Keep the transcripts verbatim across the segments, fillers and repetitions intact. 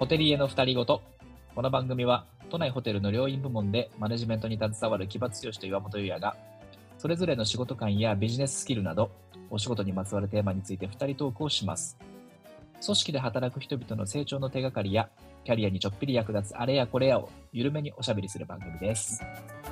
ホテリエの二人ごと。この番組は都内ホテルの療員部門でマネジメントに携わる木場剛と岩本裕也が、それぞれの仕事観やビジネススキルなどお仕事にまつわるテーマについて二人トークをします。組織で働く人々の成長の手がかりやキャリアにちょっぴり役立つあれやこれやを緩めにおしゃべりする番組です。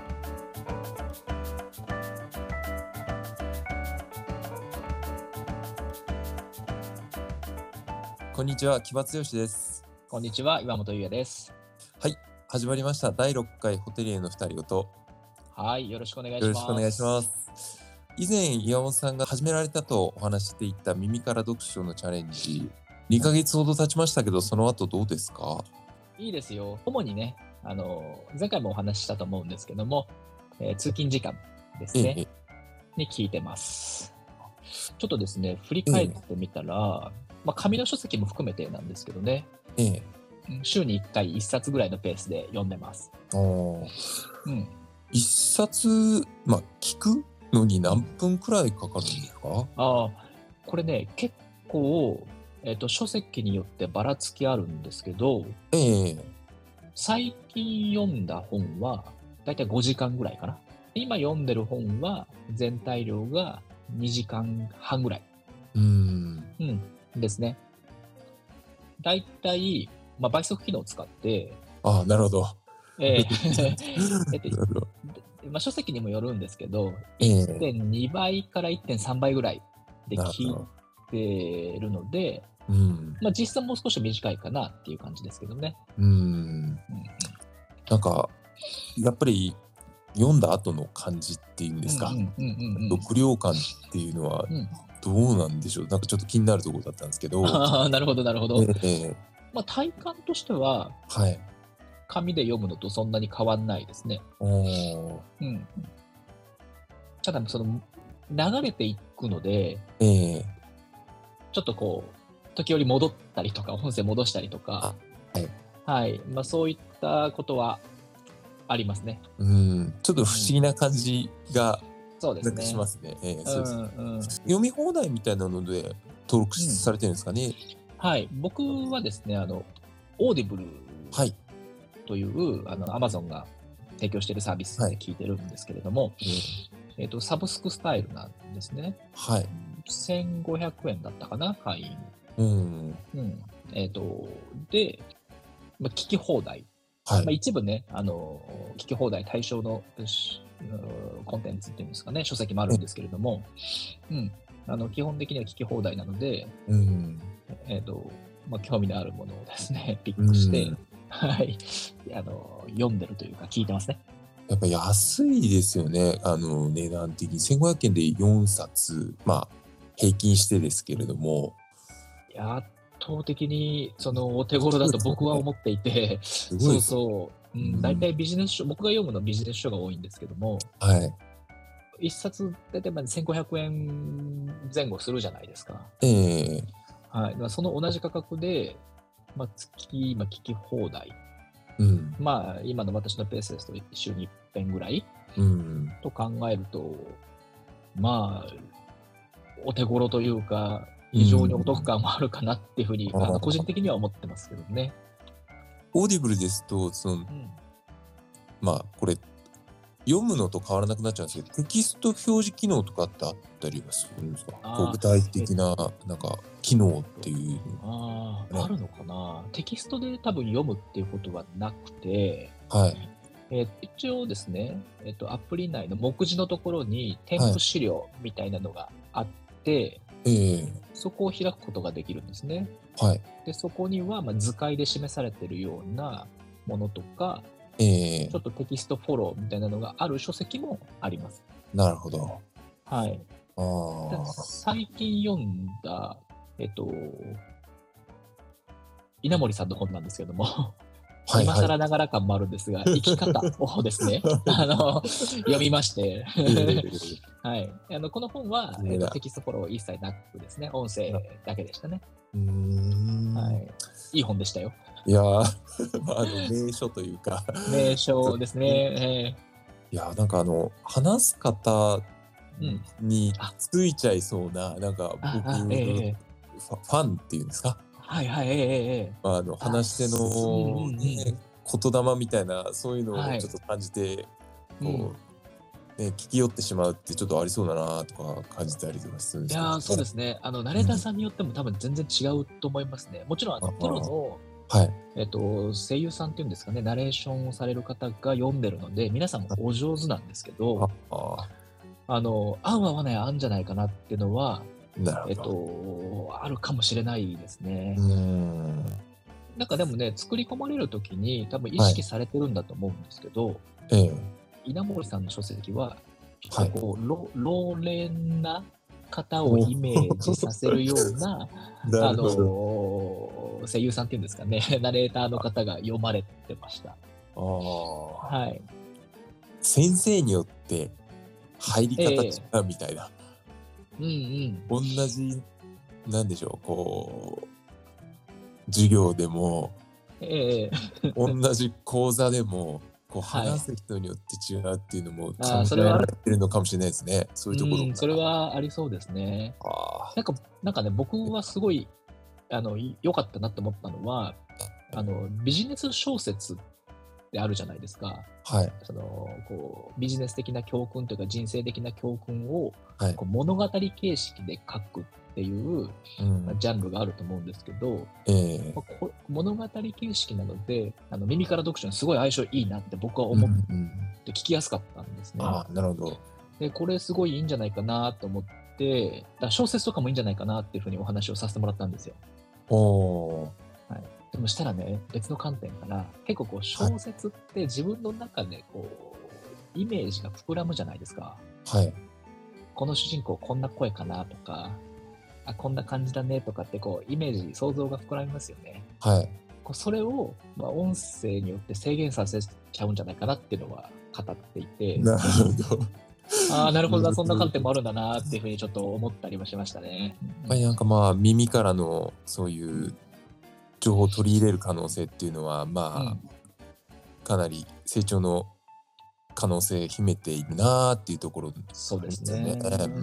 こんにちは、木場剛です。 こんにちは、岩本裕也です。 はい、始まりましただいろっかいホテリエの二人ごと。 はい、よろしくお願いします。 よろしくお願いします。以前岩本さんが始められたとお話していた耳から読書のチャレンジ、にかげつほど経ちましたけど、その後どうですか？ いいですよ。主にね、あの前回もお話ししたと思うんですけども、えー、通勤時間ですね、ええ、に聞いてます。ちょっとですね、振り返ってみたら、ええ、まあ、紙の書籍も含めてなんですけどね、ええ、週にいっかいいっさつぐらいのペースで読んでます。 お、うん、いっさつ、まあ、聞くのに何分くらいかかるんですか？ あ、これね、結構、えーと、書籍によってばらつきあるんですけど、ええ、最近読んだ本はだいたいごじかんぐらいかな。今読んでる本は全体量がにじかんはんぐらい。 うーん。 うん。ですね。だいたい、まあ、倍速機能を使って、 ああ、なるほど。 えー、えっと、まあ、書籍にもよるんですけど、いってんにばいからいってんさんばいぐらいで聞いてるので、うん、まあ、実際もう少し短いかなっていう感じですけどね。 うん。うん、なんか、やっぱり読んだ後の感じっていうんですか、読量感っていうのはどうなんでしょう。なんかちょっと気になるところだったんですけど。 あ、なるほどなるほど。えー、まあ、体感としては、はい、紙で読むのとそんなに変わんないですね。お、うん、ただその流れていくので、えー、ちょっとこう時折戻ったりとか音声戻したりとか、はい、はい、まあ、そういったことはありますね。 うん、ちょっと不思議な感じが、うん、なんかしますね。えー、そうです。うんうん、読み放題みたいなので登録されてるんですかね？うん、 はい、僕はですね、あのオーディブルという、はい、あの Amazon が提供しているサービスで聞いてるんですけれども、はい、えーと、サブスクスタイルなんですね。はい、せんごひゃくえんだったかな、会員。うんうん、えーと、で、まあ、聞き放題。はい、まあ、一部ね、あの聞き放題対象のコンテンツっていうんですかね、書籍もあるんですけれども、うん、あの基本的には聞き放題なので、うん、えーとまあ、興味のあるものをですねピックして、うん、はい、あの読んでるというか聞いてますね。 やっぱ安いですよね、あの値段的にせんごひゃくえんでよんさつ、まあ平均してですけれども、 いや圧倒的にそのお手頃だと僕は思っていて、すごいですね。そうそう、うん、大体ビジネス書、僕が読むのビジネス書が多いんですけども、はい、一冊大体せんごひゃくえんぜん後するじゃないですか。えーはい、その同じ価格で、まあ、月、まあ、聞き放題、うん、まあ今の私のペースですと週にいっぺんぐらい、うん、と考えると、まあお手頃というか非常にお得感もあるかなっていうふうに、うん、あの個人的には思ってますけどね。 オーディブルですとその、うん、まあこれ読むのと変わらなくなっちゃうんですけど、テキスト表示機能とかってあったりはするんですか？こう具体的ななんか機能っていうの。ああ、あるのかな。テキストで多分読むっていうことはなくて、はい。えー、一応ですね、えっとアプリ内の目次のところに添付資料みたいなのがあって、はい、えー、そこを開くことができるんですね。はい。でそこにはまあ図解で示されているようなものとか。えー、ちょっとテキストフォローみたいなのがある書籍もあります。 なるほど。 はい。あ、最近読んだ、えっと、稲森さんの本なんですけども、はいはい、今更ながら感もあるんですが、生き方をですね、あの読みまして、はい、あのこの本は、えっと、テキストフォロー一切なくですね、音声だけでしたね。うーん、はい、いい本でしたよ。 いやー、まあ、あの名所というか名所ですね。 えー、いやーなんかあの話す方についちゃいそうな、うん、なんか僕、えー、ファンっていうんですか、 はいはい、ええええ。 あの話し手の、ね、言霊みたいなそういうのをちょっと感じて、はい、こう、ね、聞き寄ってしまうってちょっとありそうだなとか感じたりとかするんですけど、ね。 いやそうですね。あのナレーターさんによっても多分全然違うと思いますね。もちろんあのプロのはい、えっと声優さんっていうんですかね、ナレーションをされる方が読んでるので、皆さんお上手なんですけど、ああの合う合わないあるんじゃないかなっていうのは、えっとあるかもしれないですね。うん。なんかでもね、作り込まれるときに多分意識されてるんだと思うんですけど、はい、ええ、稲森さんの書籍は、はい、こう老老練な方をイメージさせるようなあの声優さんっていうんですかね、ナレーターの方が読まれてました。あ、はい。 先生によって入り方違うみたいな。 ええ、うんうん。 同じなんでしょう、こう授業でも、ええ、同じ講座でもこう話す人によって違うっていうのも考えられてるのかもしれないですね。そういうところ。 うん、それはありそうですね。なんかなんかね、僕はすごいあの良かったなと思ったのは、あのビジネス小説ってあるじゃないですか。はい。そのこうビジネス的な教訓というか人生的な教訓を、はい、こう物語形式で書くっていう、うん、ジャンルがあると思うんですけど、えー、まあ、こ物語形式なのであの耳から読書にすごい相性いいなって僕は思って聞きやすかったんですね。うんうん、 ああ、なるほど。 でこれすごいいいんじゃないかなと思って、だ小説とかもいいんじゃないかなっていうふうにお話をさせてもらったんですよ。おー。はい。でもしたらね、別の観点から結構こう小説って自分の中でこうイメージが膨らむじゃないですか。はい。この主人公こんな声かなとか、あこんな感じだねとかってこうイメージ想像が膨らみますよね。はい。こうそれを、まあ、音声によって制限させちゃうんじゃないかなっていうのは語っていて。 なるほど。 ああ、なるほどな、そんな観点もあるんだなっていうふうにちょっと思ったりもしましたね。 やっぱりなんかまあ耳からのそういう情報を取り入れる可能性っていうのはまあ、うん、かなり成長の可能性秘めているなっていうところですね。 そうですね。うん、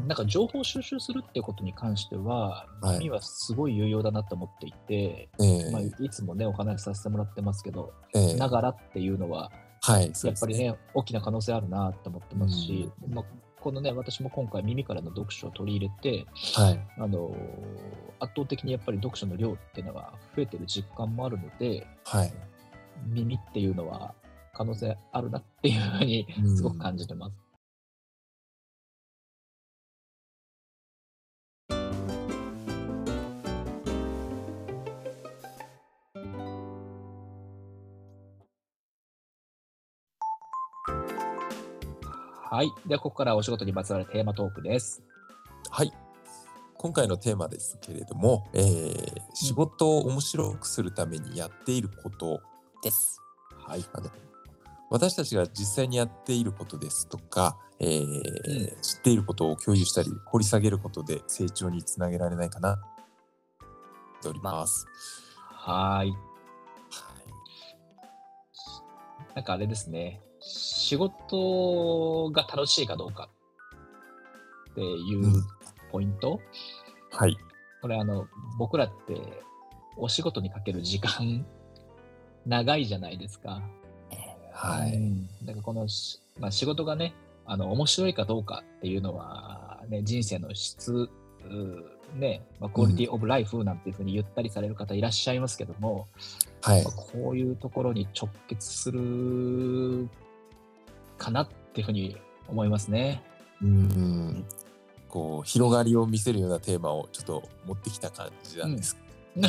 なんか情報収集するってことに関しては、耳はすごい有用だなと思っていて、はい、まあ、いつもねお話しさせてもらってますけど、えー、ながらっていうのは、はい、やっぱりね、ね大きな可能性あるなと思ってますし、うん、まあ、このね私も今回耳からの読書を取り入れて、はい、あの圧倒的にやっぱり読書の量っていうのが増えてる実感もあるので、はい、耳っていうのは可能性あるなっていうふうにすごく感じてます。はい。では、ここからお仕事にまつわるテーマトークです。 はい。今回のテーマですけれども、えー、仕事を面白くするためにやっていることです。はい。あの私たちが実際にやっていることですとか、えーうん、知っていることを共有したり、掘り下げることで成長につなげられないかなと思っております。 はい。なんかあれですね。仕事が楽しいかどうかっていうポイント、うん、はい。これあの僕らってお仕事にかける時間長いじゃないですか。はい。うん、だからこの、まあ、仕事がね、あの面白いかどうかっていうのは、ね、人生の質、ね、まあ、クオリティオブライフなんていうふうに言ったりされる方いらっしゃいますけども、はい、まあ、こういうところに直結するかなっていうふうに思いますね。 うん、こう広がりを見せるようなテーマをちょっと持ってきた感じなんです。 うん、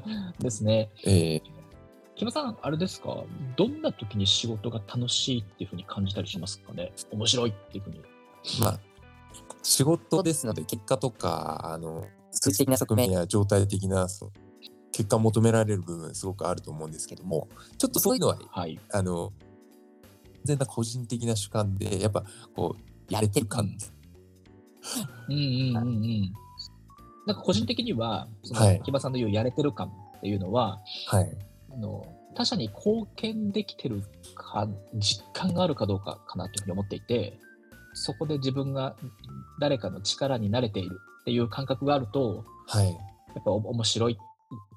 ですね。えー木村さん、あれですか、どんな時に仕事が楽しいっていうふうに感じたりしますかね。面白いっていうふうに。 まあ、仕事ですので、結果とか、あの、数値的な側面や状態的な結果を求められる部分すごくあると思うんですけども、ちょっとそういうのは、はい、あの、全然個人的な主観で、やっぱこう、やれてる感です。 うんうんうんうん。なんか個人的には、その、はい、木場さんの言うやれてる感っていうのは、はい、あの他者に貢献できてるか実感があるかどうかかなというふうに思っていて、そこで自分が誰かの力になれているっていう感覚があると、はい、やっぱ面白い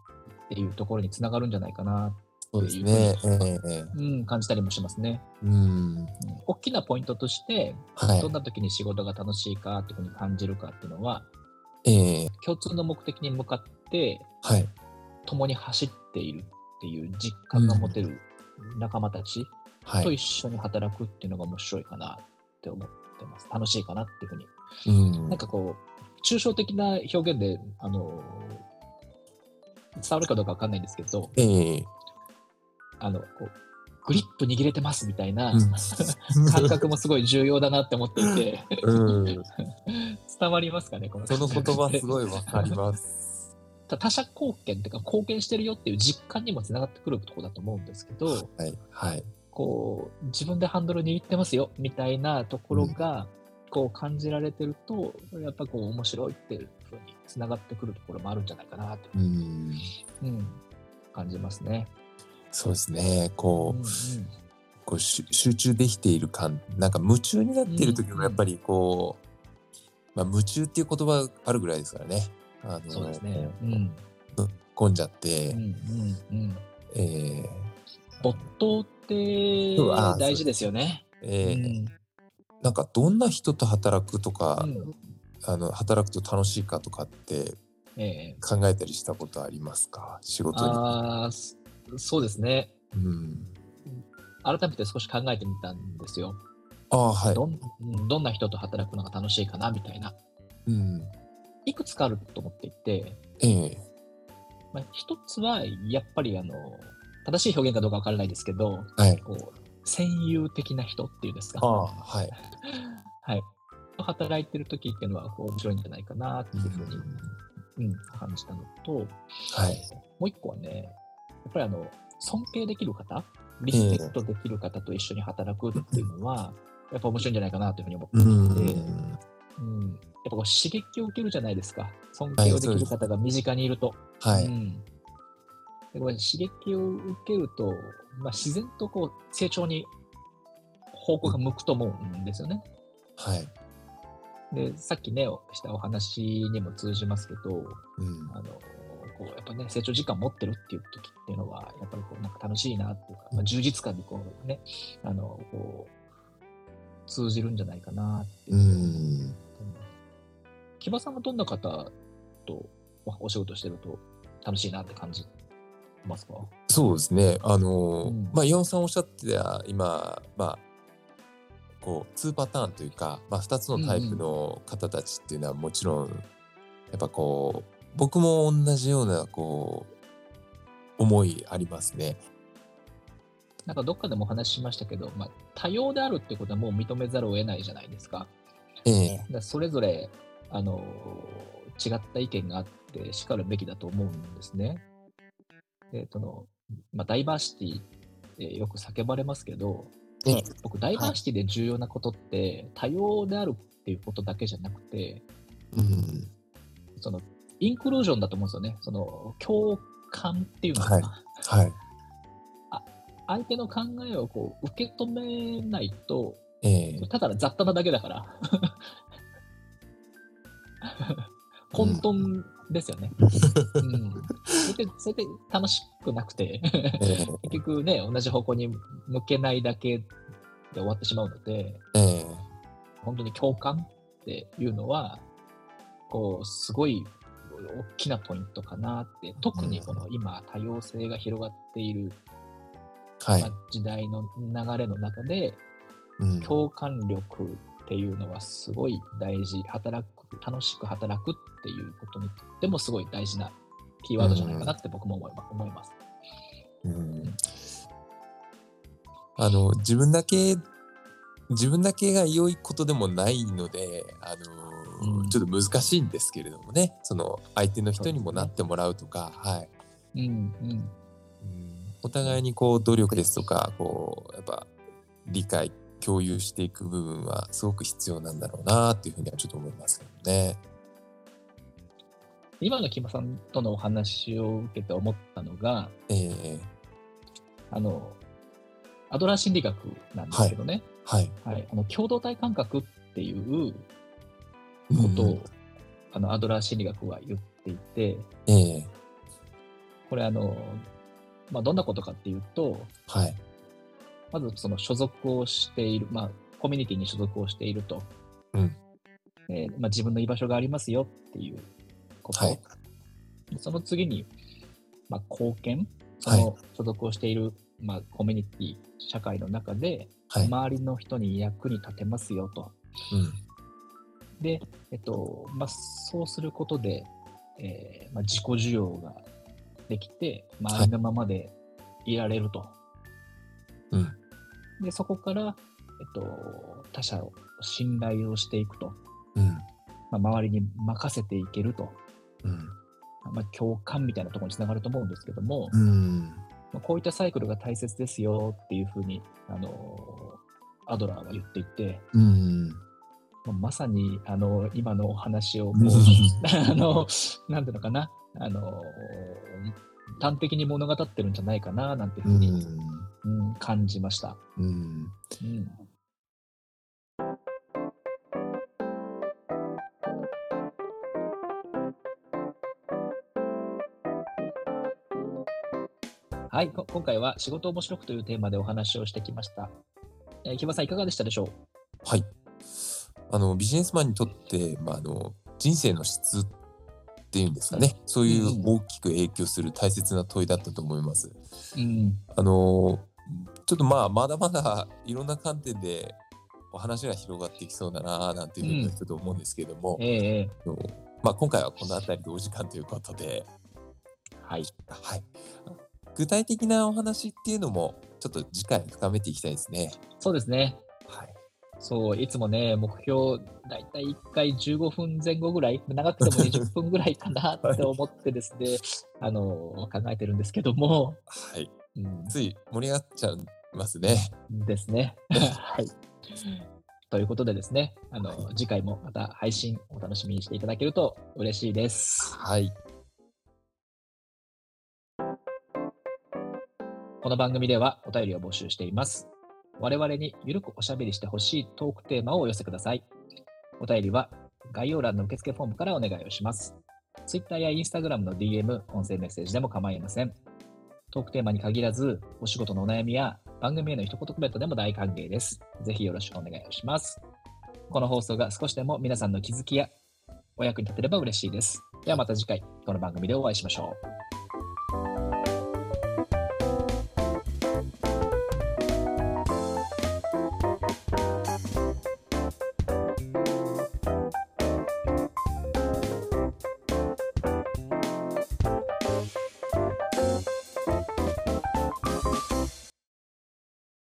っていうところにつながるんじゃないかなそうですね。えーうん、感じたりもしますね。 うん。 うん、大きなポイントとして、 はい。 どんな時に仕事が楽しいかっていうふうに感じるかっていうのは、 ええ共通の目的に向かってはい。 共に走っているっていう実感がうん。 持てる仲間たちと一はい。 緒に働くっていうのが面白いかなって思ってます。楽しいかなっていうふうに。 うん。 なんかこう、抽象的な表現で、あの、伝わるかどうかわかんないんですけど、 ええあの、こう、グリップ握れてますみたいなうん。 感覚もすごい重要だなって思っていてうん。 伝わりますかね、このその言葉すい。 ごいわかります。 他者貢献っていうか貢献してるよっていう実感にもつながってくるところだと思うんですけど、 はい。はい。 こう自分でハンドル握ってますよみたいなところが、こう感じられてると、やっぱこう面白いっていうふうにつながってくるところもあるんじゃないかなって、 うん。 うん、感じますね。 そうですね。こう、 うんうんこうし集中できている感、なんか夢中になっている時もやっぱりこう、まあ、夢中っていう言葉あるぐらいですからね。あのそうですね。うん。 ぶっこんじゃっうんて、 うんうん。 え没頭っー、あてあ、そうです。 大事ですよね。うえーん。 なんかどんな人と働くとうか、 ん。 あの働くと楽しいかとかってええ考えたりしたことありますか？仕事に。 ああ、そそうですね。 うん。 改めて少し考えてみたんですよ。 ああ、はい。 どんうんどんな人と働くのが楽しいかなみたいな。 うん。 いくつかあると思っていて、 ええまあ、一つはやっぱりあの、正しい表現かどうかわからないですけど、 はい。 こう、戦友的な人っていうんですか。 ああ、はい。 はい。と働いてる時っていうのはこう面白いんじゃないかなっていうふうに、うん、感じたのと、 はい。 もう一個はね、やっぱりあの、尊敬できる方、リスペクトできる方と一緒に働くっていうのは、やっぱ面白いんじゃないかなというふうに思うっていて、 ん。 うん、やっぱこう刺激を受けるじゃないですか。尊はい、 敬をできるそうです。 方が身近にいると。 はい。 うん、でこれ刺激を受けると、まあ、自然とこう成長に方向が向くと思うんですよね。 はい。 で、さっきね、したお話にも通じますけど、 うん。 あの、こう、やっぱね、成長時間持ってるっていう時っていうのは、やっぱりこう、なんか楽しいなっていうか、まあ、充実感にこうね、あの、こう、通じるんじゃないかなっていうう。 ん。 木場さんはどんな方とお仕事してると楽しいなって感じますか？ そうですね。あの、 うんまあ、岩尾さんおっしゃってた今、まあ、こうにパターンというか、まあ、ふたつのタイプの方たちっていうのはもちろん、やっぱこう、僕も同じようなこう、思いありますね。 なんかどっかでもお話ししましたけど、まあ、多様であるってことはもう認めざるを得ないじゃないですか。 ええだからそれぞれ、あの、違った意見があってしかるべきだと思うんですね。で、その、まあ、ダイバーシティってよく叫ばれますけど、 ええ僕、ダイバーシティで重要なことって、多様であるっていうことだけじゃなくて、 うん。 その、インクルージョンだと思うんですよね。その、共感っていうんですか。 はい。はい。 相手の考えをこう受け止めないと、 ええただ雑多なだけだから、混沌ですよね。うん。それで、それで楽しくなくて、 え結局ね、同じ方向に向けないだけで終わってしまうので、 えええ本当に共感っていうのは、こう、すごい大きなポイントかなって、特にこの今、多様性が広がっている、 はいまあ、時代の流れの中で、 うん共感力っていうのはすごい大事。働く、楽しく働くっていうことにとってもすごい大事なキーワードじゃないかなって僕も思いま思います。 うんあの自分だけ自分だけが良いことでもないので、あのうんちょっと難しいんですけれどもね、その相手の人にもそうですねなってもらうとか、はい、 うんうんうんお互いにこう努力ですとか、こうやっぱ理解共有していく部分はすごく必要なんだろうなっていうふうにはちょっと思いますけどね。 今の木場さんとのお話を受けて思ったのが、 ええあの、アドラー心理学なんですけどね、 はい。 はい、あの共同体感覚っていううんことを、あのアドラー心理学は言っていて、 ええこれあの、まあ、どんなことかっていうと、 はい。 まずその所属をしている、まあ、コミュニティに所属をしていると、 うんえーまあ、自分の居場所がありますよっていうこと、 はいその次に、まあ、貢献、そはいの所属をしている、まあ、コミュニティ、社会の中で、 はい。 周りの人に役に立てますよと。 うんで、えっとまあ、そうすることで、えーまあ、自己需要ができて、周りのままでいられると。 うんで、そこから、えっと、他者を信頼をしていくと。 うんまあ、周りに任せていけると。 うんまあ、共感みたいなところにつながると思うんですけども、 うんまあ、こういったサイクルが大切ですよっていうふうに、あのアドラーが言っていて、 うんまあ、まさにあの今のお話をこううんあのなんていうのかな、あの端的に物語ってるんじゃないかななんていうふうに、うん、感じました。 うんうんはい、こ今回は仕事面白くというテーマでお話をしてきました。えー、木場さんいかがでしたでしょう？ はい。あのビジネスマンにとって、まあ、あの人生の質っていうんですかね、うん、そういう大きく影響する大切な問いだったと思います。うん、あのちょっとまあまだまだいろんな観点でお話が広がっていきそうだななんていうふうにちょっと思うんですけども、うんえーまあ、今回はこの辺りでお時間ということで、はい、はい、具体的なお話っていうのもちょっと次回深めていきたいですね。 そうですね。はい。そう、いつもね、目標、だいたいいっかいじゅうごふんぜん後ぐらい、長くてもにじゅっぷんぐらいかなって思ってですね、はい、あの、考えてるんですけども。 はい。うん、つい盛り上がっちゃいますね。 ですね。はい。ということでですね、あの、はい、次回もまた配信お楽しみにしていただけると嬉しいです。はい。この番組ではお便りを募集しています。我々にゆるくおしゃべりしてほしいトークテーマをお寄せください。お便りは概要欄の受付フォームからお願いをします。Twitter や Instagram の ディーエム、音声メッセージでも構いません。トークテーマに限らず、お仕事のお悩みや番組への一言コメントでも大歓迎です。ぜひよろしくお願いします。この放送が少しでも皆さんの気づきやお役に立てれば嬉しいです。ではまた次回、この番組でお会いしましょう。